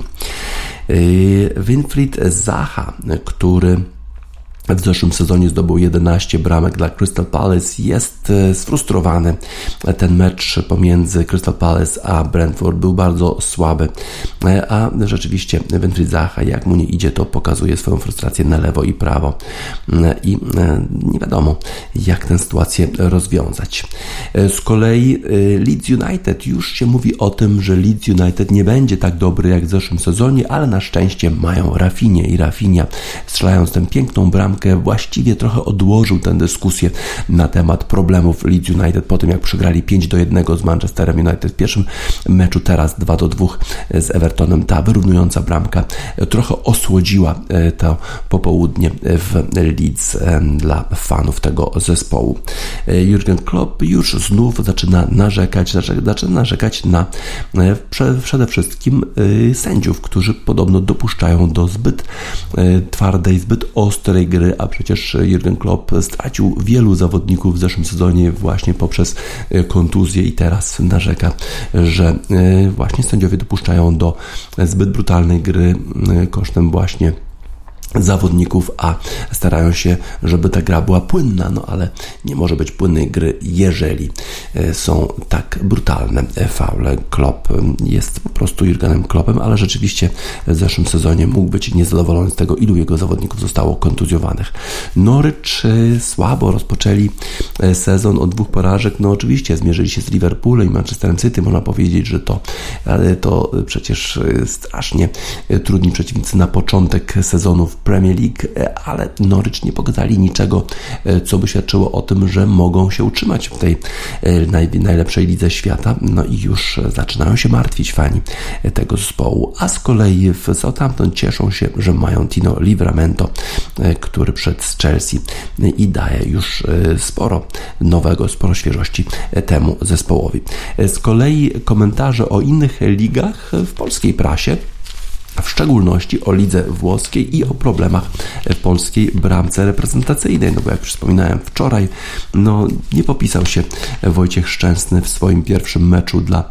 Winfried Zaha, który w zeszłym sezonie zdobył jedenaście bramek dla Crystal Palace, jest sfrustrowany. Ten mecz pomiędzy Crystal Palace a Brentford był bardzo słaby, a rzeczywiście Winfried Zaha, jak mu nie idzie, to pokazuje swoją frustrację na lewo i prawo i nie wiadomo, jak tę sytuację rozwiązać. Z kolei Leeds United, już się mówi o tym, że Leeds United nie będzie tak dobry jak w zeszłym sezonie, ale na szczęście mają Rafinę i Rafinha, strzelając tę piękną bramkę, właściwie trochę odłożył tę dyskusję na temat problemów Leeds United po tym, jak przegrali pięć do jednego z Manchesterem United w pierwszym meczu, teraz dwa do dwóch z Evertonem. Ta wyrównująca bramka trochę osłodziła to popołudnie w Leeds dla fanów tego zespołu. Jurgen Klopp już znów zaczyna narzekać, zaczyna narzekać na przede wszystkim sędziów, którzy podobno dopuszczają do zbyt twardej, zbyt ostrej gry, a przecież Jurgen Klopp stracił wielu zawodników w zeszłym sezonie właśnie poprzez kontuzję i teraz narzeka, że właśnie sędziowie dopuszczają do zbyt brutalnej gry kosztem właśnie zawodników, a starają się, żeby ta gra była płynna, no ale nie może być płynnej gry, jeżeli są tak brutalne faule. Klopp jest po prostu Jurgenem Kloppem, ale rzeczywiście w zeszłym sezonie mógł być niezadowolony z tego, ilu jego zawodników zostało kontuzjowanych. Norwich słabo rozpoczęli sezon od dwóch porażek, no oczywiście zmierzyli się z Liverpoolem i Manchesterem City, można powiedzieć, że to, ale to przecież strasznie trudni przeciwnicy na początek sezonu w Premier League, ale Norwich nie pokazali niczego, co by świadczyło o tym, że mogą się utrzymać w tej naj, najlepszej lidze świata. No i już zaczynają się martwić fani tego zespołu. A z kolei w Southampton cieszą się, że mają Tino Livramento, który przed z Chelsea i daje już sporo nowego, sporo świeżości temu zespołowi. Z kolei komentarze o innych ligach w polskiej prasie, w szczególności o lidze włoskiej i o problemach w polskiej bramce reprezentacyjnej, no bo jak już wspominałem wczoraj, no nie popisał się Wojciech Szczęsny w swoim pierwszym meczu dla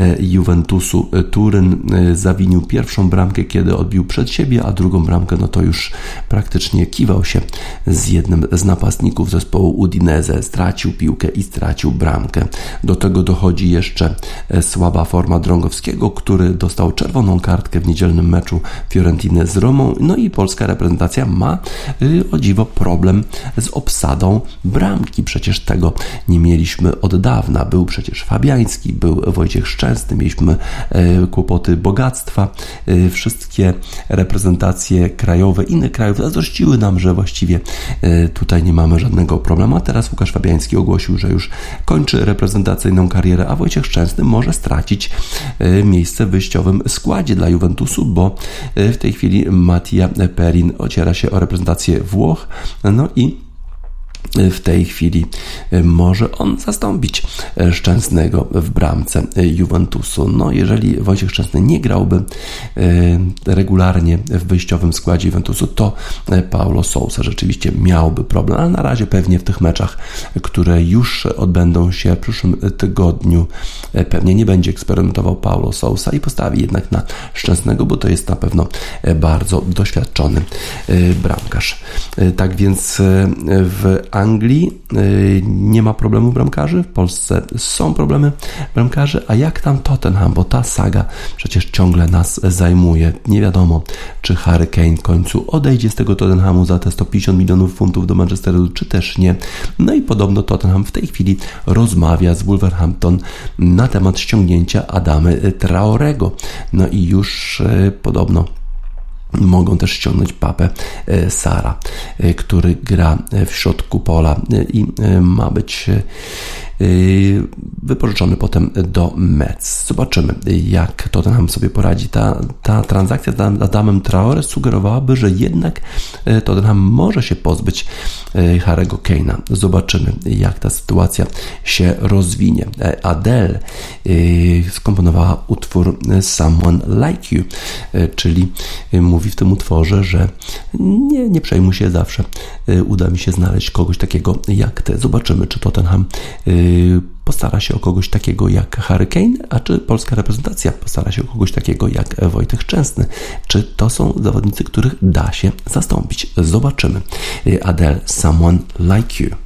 Juventusu Turyn. Zawinił pierwszą bramkę, kiedy odbił przed siebie, a drugą bramkę, no to już praktycznie kiwał się z jednym z napastników zespołu Udinese, stracił piłkę i stracił bramkę. Do tego dochodzi jeszcze słaba forma Drągowskiego, który dostał czerwoną kartkę w niedzielnym meczu Fiorentiny z Romą, no i polska reprezentacja ma yy, o dziwo problem z obsadą bramki. Przecież tego nie mieliśmy od dawna. Był przecież Fabiański, był Wojciech Szczęsny, mieliśmy yy, kłopoty bogactwa. Yy, wszystkie reprezentacje krajowe innych krajów zazdrościły nam, że właściwie yy, tutaj nie mamy żadnego problemu. A teraz Łukasz Fabiański ogłosił, że już kończy reprezentacyjną karierę, a Wojciech Szczęsny może stracić yy, miejsce w wyjściowym składzie dla Juventusu, bo w tej chwili Mattia Perin ociera się o reprezentację Włoch, no i w tej chwili może on zastąpić Szczęsnego w bramce Juventusu. No, jeżeli Wojciech Szczęsny nie grałby regularnie w wyjściowym składzie Juventusu, to Paulo Sousa rzeczywiście miałby problem, ale na razie pewnie w tych meczach, które już odbędą się w przyszłym tygodniu, pewnie nie będzie eksperymentował Paulo Sousa i postawi jednak na Szczęsnego, bo to jest na pewno bardzo doświadczony bramkarz. Tak więc w Anglii nie ma problemu bramkarzy, w Polsce są problemy bramkarzy, a jak tam Tottenham, bo ta saga przecież ciągle nas zajmuje. Nie wiadomo, czy Harry Kane w końcu odejdzie z tego Tottenhamu za te sto pięćdziesiąt milionów funtów do Manchesteru, czy też nie. No i podobno Tottenham w tej chwili rozmawia z Wolverhampton na temat ściągnięcia Adamy Traorego. No i już e, podobno mogą też ściągnąć Papę Sara, który gra w środku pola i ma być wypożyczony potem do Metz. Zobaczymy, jak Tottenham sobie poradzi. Ta, ta transakcja z Adamem Traore sugerowałaby, że jednak Tottenham może się pozbyć Harry'ego Kane'a. Zobaczymy, jak ta sytuacja się rozwinie. Adele skomponowała utwór Someone Like You, czyli mówi w tym utworze, że nie, nie przejmuj się, zawsze uda mi się znaleźć kogoś takiego jak ty. Zobaczymy, czy Tottenham postara się o kogoś takiego jak Harry Kane, a czy polska reprezentacja postara się o kogoś takiego jak Wojtek Szczęsny. Czy to są zawodnicy, których da się zastąpić? Zobaczymy. Adele, Someone Like You.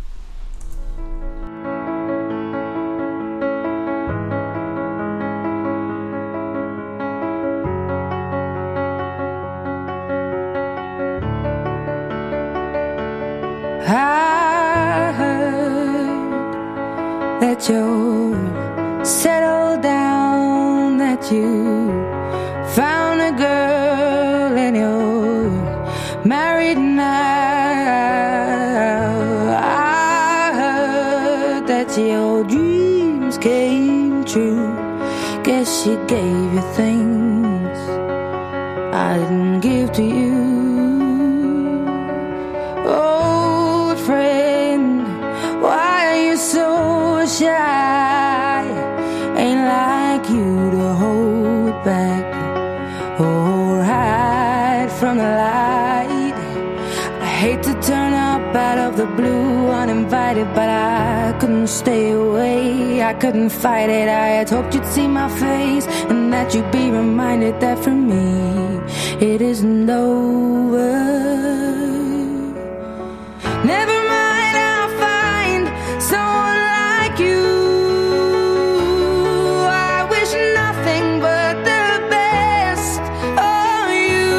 That you're settled down, that you found a girl and you're married now. I heard that your dreams came true. Guess she gave you things I didn't give to you. Old friend, why are you so shy? Ain't like you to hold back or hide from the light. I hate to turn up out of the blue uninvited, but I couldn't stay away, I couldn't fight it. I had hoped you'd see my face and that you'd be reminded that for me it isn't over. Never mind, I'll find someone like you. I wish nothing but the best for you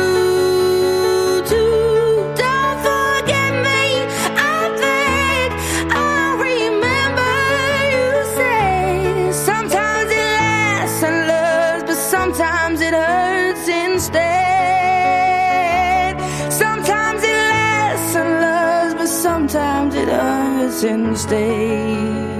too. Don't forget me, I think I'll remember you say. Sometimes it lasts and loves, but sometimes it hurts instead. Sometimes it lasts and loves, but sometimes it hurts instead.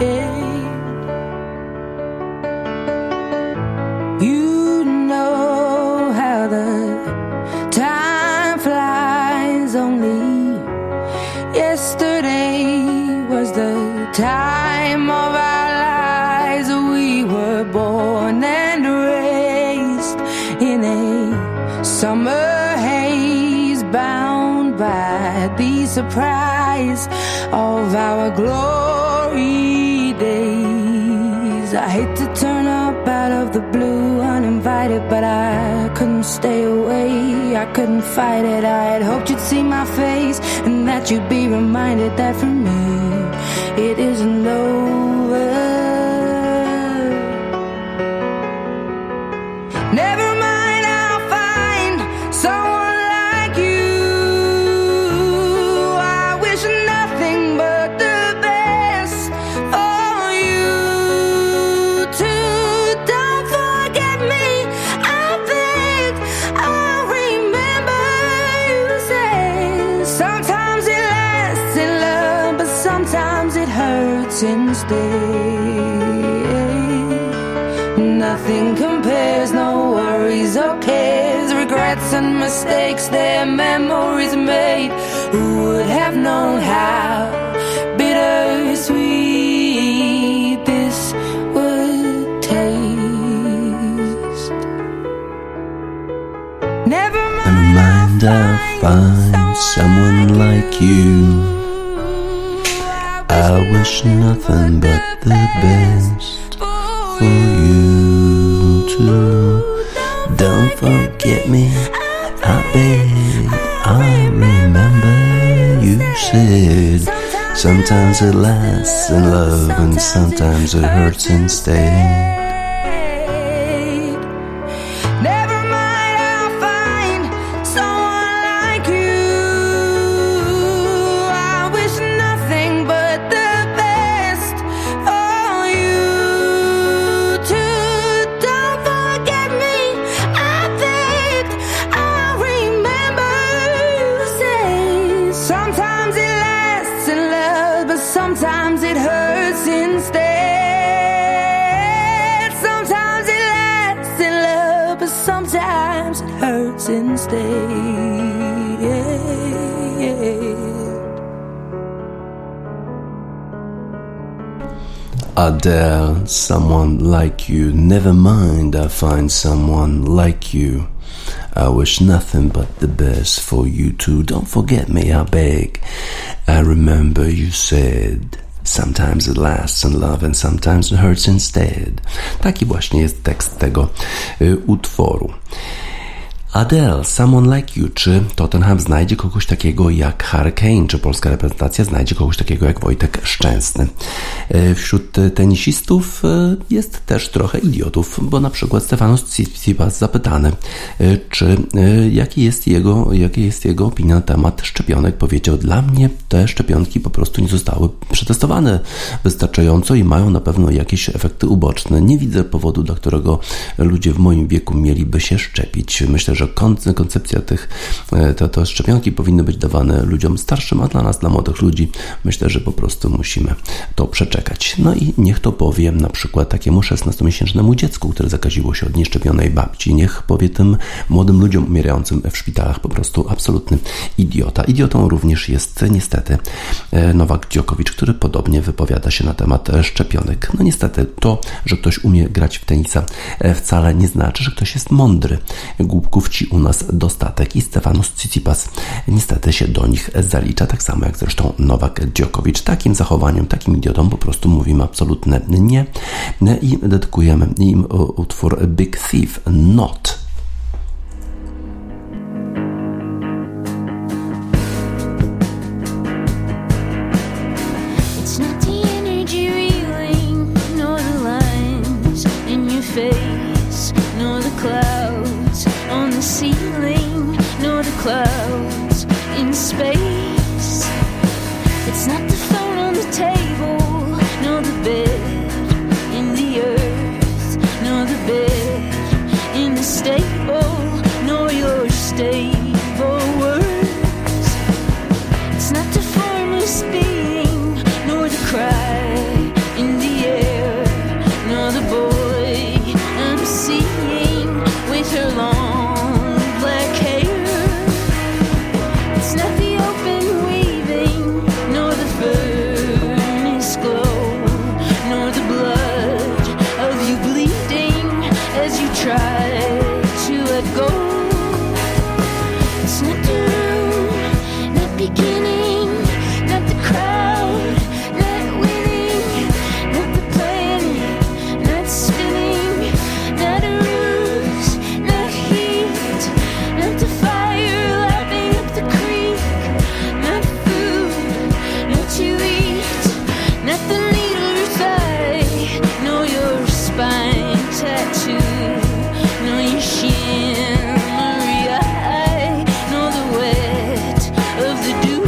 You know how the time flies. Only yesterday was the time of our lives. We were born and raised in a summer haze, bound by the surprise of our glory days. I hate to turn up out of the blue uninvited, but I couldn't stay away, I couldn't fight it. I had hoped you'd see my face and that you'd be reminded that for me it isn't over. Never mind, I'll find someone like you. I wish nothing but the best for you too. Don't forget me, I think I'll remember you say. Sometimes it lasts in love, but sometimes it hurts instead. Nothing compares, no worries or cares, regrets and mistakes, their memories made. Who would have known how bittersweet this would taste? Never mind, I'll find someone like you. I wish nothing but the best for you too. Don't forget me, I beg, I remember you said. Sometimes it lasts in love and sometimes it hurts instead. never mind, I'll find someone like you. I wish nothing but the best for you too. Don't forget me, I think I'll remember you say. Sometimes it lasts in love, but sometimes it hurts instead. Sometimes it lasts in love, but sometimes it hurts instead. Adele, someone like you. Never mind, I find someone like you. I wish nothing but the best for you too. Don't forget me, I beg. I remember you said. Sometimes it lasts in love and sometimes it hurts instead. Taki właśnie jest tekst tego y, utworu. Adele, Someone Like You. Czy Tottenham znajdzie kogoś takiego jak Harry Kane? Czy polska reprezentacja znajdzie kogoś takiego jak Wojtek Szczęsny? Wśród tenisistów jest też trochę idiotów, bo na przykład Stefanos Tsitsipas zapytany, czy jaki jest jego, jaki jest jego opinia na temat szczepionek, powiedział: dla mnie te szczepionki po prostu nie zostały przetestowane wystarczająco i mają na pewno jakieś efekty uboczne. Nie widzę powodu, dla którego ludzie w moim wieku mieliby się szczepić. Myślę, że koncepcja tych, to, to szczepionki powinny być dawane ludziom starszym, a dla nas, dla młodych ludzi, myślę, że po prostu musimy to przeczekać. No i niech to powie na przykład takiemu szesnastomiesięcznemu dziecku, które zakaziło się od nieszczepionej babci. Niech powie tym młodym ludziom umierającym w szpitalach po prostu absolutny idiota. Idiotą również jest niestety Nowak Djokovic, który podobnie wypowiada się na temat szczepionek. No niestety to, że ktoś umie grać w tenisa, wcale nie znaczy, że ktoś jest mądry. Głupków ci u nas dostatek i Stefanos Tsitsipas niestety się do nich zalicza, tak samo jak zresztą Nowak Djokovic. Takim zachowaniem, takim idiotom po prostu mówimy absolutne nie i dedykujemy im utwór Big Thief, Not. face, nor the clouds on the ceiling, nor the clouds in space. It's not the phone on the table, nor the bed in the earth, nor the bed in the stable, nor your stable words. It's not the formless being, nor the cry in the air, nor the boy I'm seeing with her long black hair. It's not the open weaving, nor the furnace glow, nor the blood of you bleeding as you try to let go. It's not the room, not beginning, not the crowd, not winning, not the planet, not spinning, not a ruse, not heat, not the fire lapping up the creek, not food, not to eat, not the needle or thigh, nor your spine tattoo, nor your shimmery eye, nor the wet of the dew.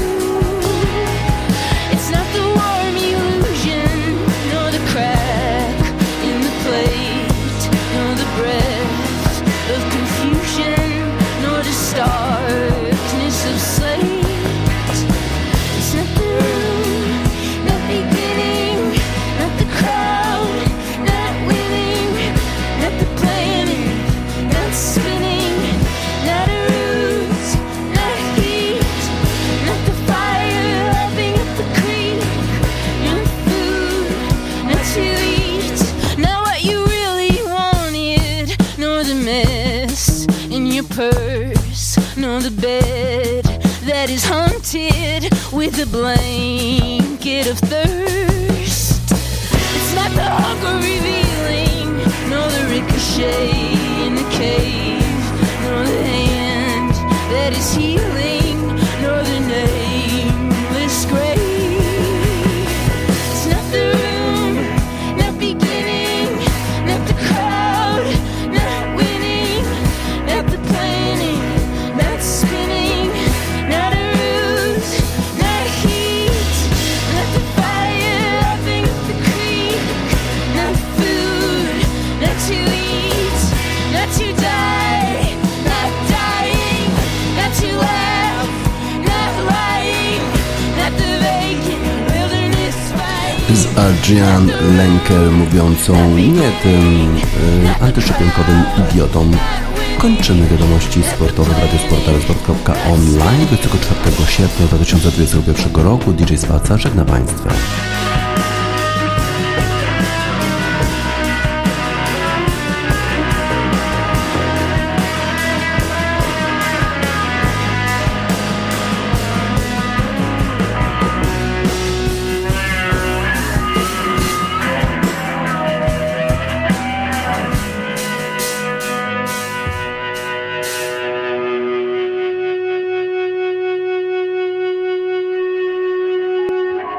It's not the warm illusion, nor the crack in the plate, nor the breath of confusion, nor the starkness of slate. It's not the room, not beginning, not the crowd, not winning, not the planet, not spinning, not a ruse, not heat, not the fire lapping up the creek, not food, not to eat, not what you really wanted, nor the mess in your purse, nor the bed that is haunted with a blanket of thirst. It's not the hunger revealing, nor the ricochet in the cave, nor the hand that is healing, nor the nameless grave. It's not the room, not beginning, not the crowd, not winning, not the planet, not spinning, not a ruse, not heat, not the fire lapping up the creek, not food, not to eat, not to die, not dying, not to laugh, not lying, not the vacant wilderness fight. Z Adrian Lenker mówiącą nie tym y, antyszczepionkowym idiotom kończymy wiadomości sportowe w Radiu Sportowe sport kropka online dwudziestego czwartego sierpnia dwa tysiące dwudziestego pierwszego roku. D J Spaca żegna Państwa.